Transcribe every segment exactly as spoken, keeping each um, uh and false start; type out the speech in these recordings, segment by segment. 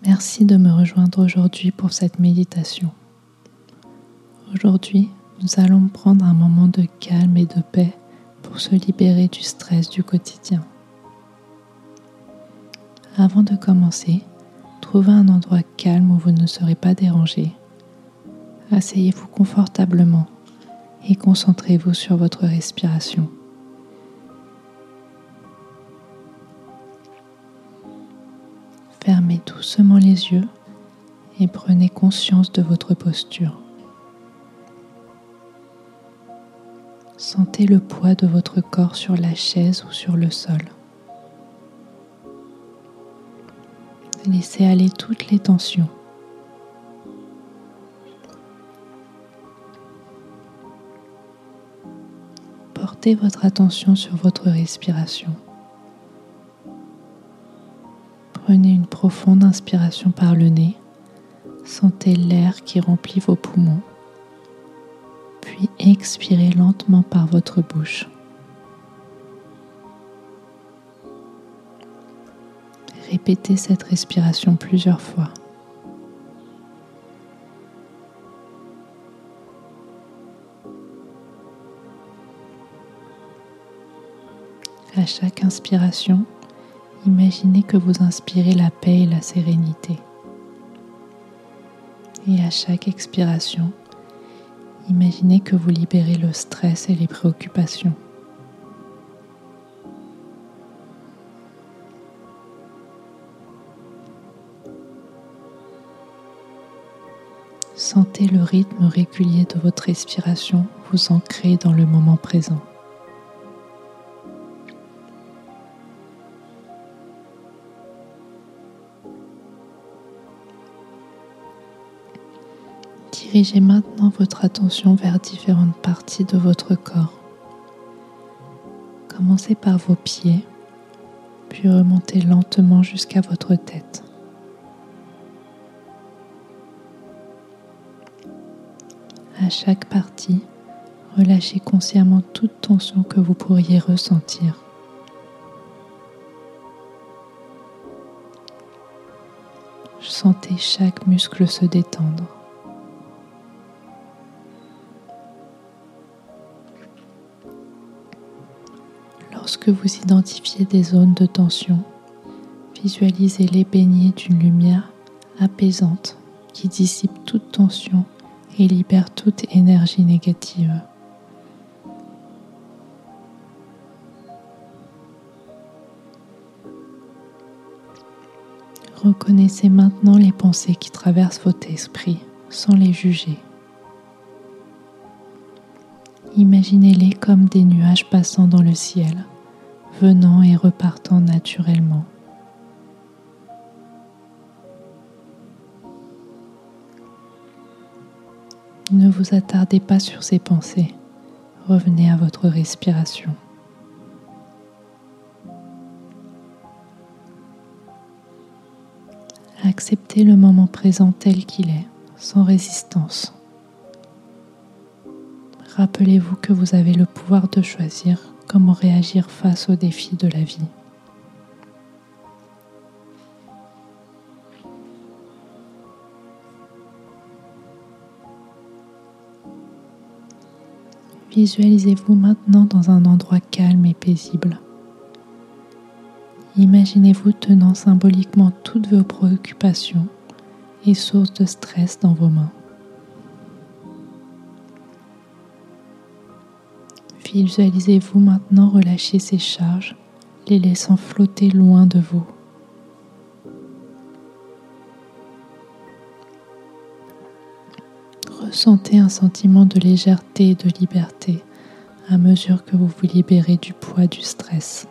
Merci de me rejoindre aujourd'hui pour cette méditation. Aujourd'hui, nous allons prendre un moment de calme et de paix pour se libérer du stress du quotidien. Avant de commencer, trouvez un endroit calme où vous ne serez pas dérangé. Asseyez-vous confortablement et concentrez-vous sur votre respiration. Fermez doucement les yeux et prenez conscience de votre posture. Sentez le poids de votre corps sur la chaise ou sur le sol. Laissez aller toutes les tensions. Portez votre attention sur votre respiration. Prenez une profonde inspiration par le nez. Sentez l'air qui remplit vos poumons. Puis expirez lentement par votre bouche. Répétez cette respiration plusieurs fois. À chaque inspiration, imaginez que vous inspirez la paix et la sérénité. Et à chaque expiration, imaginez que vous libérez le stress et les préoccupations. Sentez le rythme régulier de votre respiration vous ancrer dans le moment présent. Dirigez maintenant votre attention vers différentes parties de votre corps. Commencez par vos pieds, puis remontez lentement jusqu'à votre tête. À chaque partie, relâchez consciemment toute tension que vous pourriez ressentir. Sentez chaque muscle se détendre. Lorsque vous identifiez des zones de tension, visualisez-les baignées d'une lumière apaisante qui dissipe toute tension et libère toute énergie négative. Reconnaissez maintenant les pensées qui traversent votre esprit sans les juger. Imaginez-les comme des nuages passant dans le ciel, venant et repartant naturellement. Ne vous attardez pas sur ces pensées, revenez à votre respiration. Acceptez le moment présent tel qu'il est, sans résistance. Rappelez-vous que vous avez le pouvoir de choisir comment réagir face aux défis de la vie. Visualisez-vous maintenant dans un endroit calme et paisible. Imaginez-vous tenant symboliquement toutes vos préoccupations et sources de stress dans vos mains. Visualisez-vous maintenant relâcher ces charges, les laissant flotter loin de vous. Ressentez un sentiment de légèreté et de liberté à mesure que vous vous libérez du poids du stress.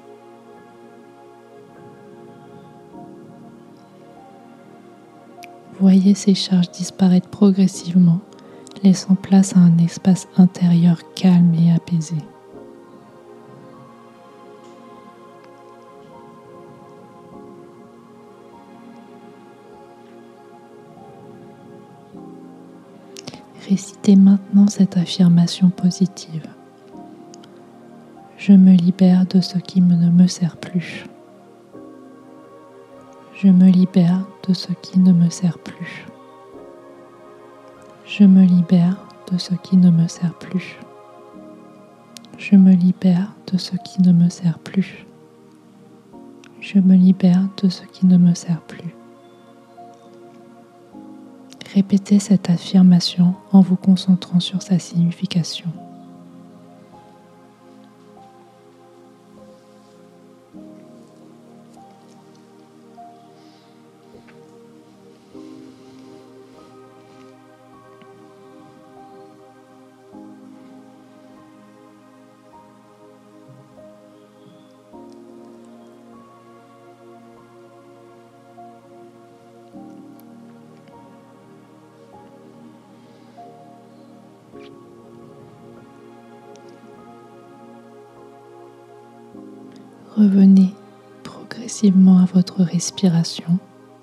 Voyez ces charges disparaître progressivement, laissant place à un espace intérieur calme et apaisé. Récitez maintenant cette affirmation positive. Je me libère de ce qui ne me sert plus. Je me libère de ce qui ne me sert plus. Je me libère de ce qui ne me sert plus. Je me libère de ce qui ne me sert plus. Je me libère de ce qui ne me sert plus. Répétez cette affirmation en vous concentrant sur sa signification. Revenez progressivement à votre respiration.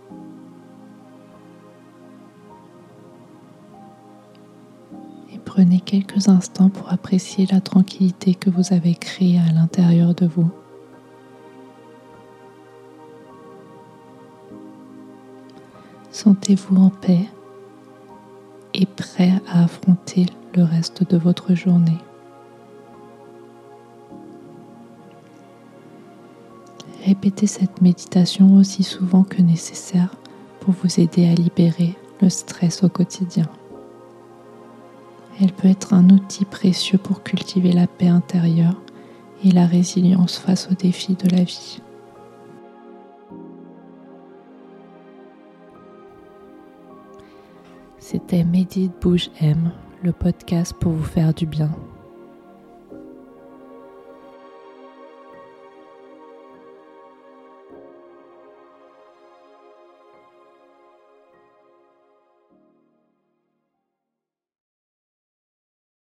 Et prenez quelques instants pour apprécier la tranquillité que vous avez créée à l'intérieur de vous. Sentez-vous en paix et prêt à affronter le reste de votre journée. Répétez cette méditation aussi souvent que nécessaire pour vous aider à libérer le stress au quotidien. Elle peut être un outil précieux pour cultiver la paix intérieure et la résilience face aux défis de la vie. C'était Médite, Bouge, Aime, le podcast pour vous faire du bien.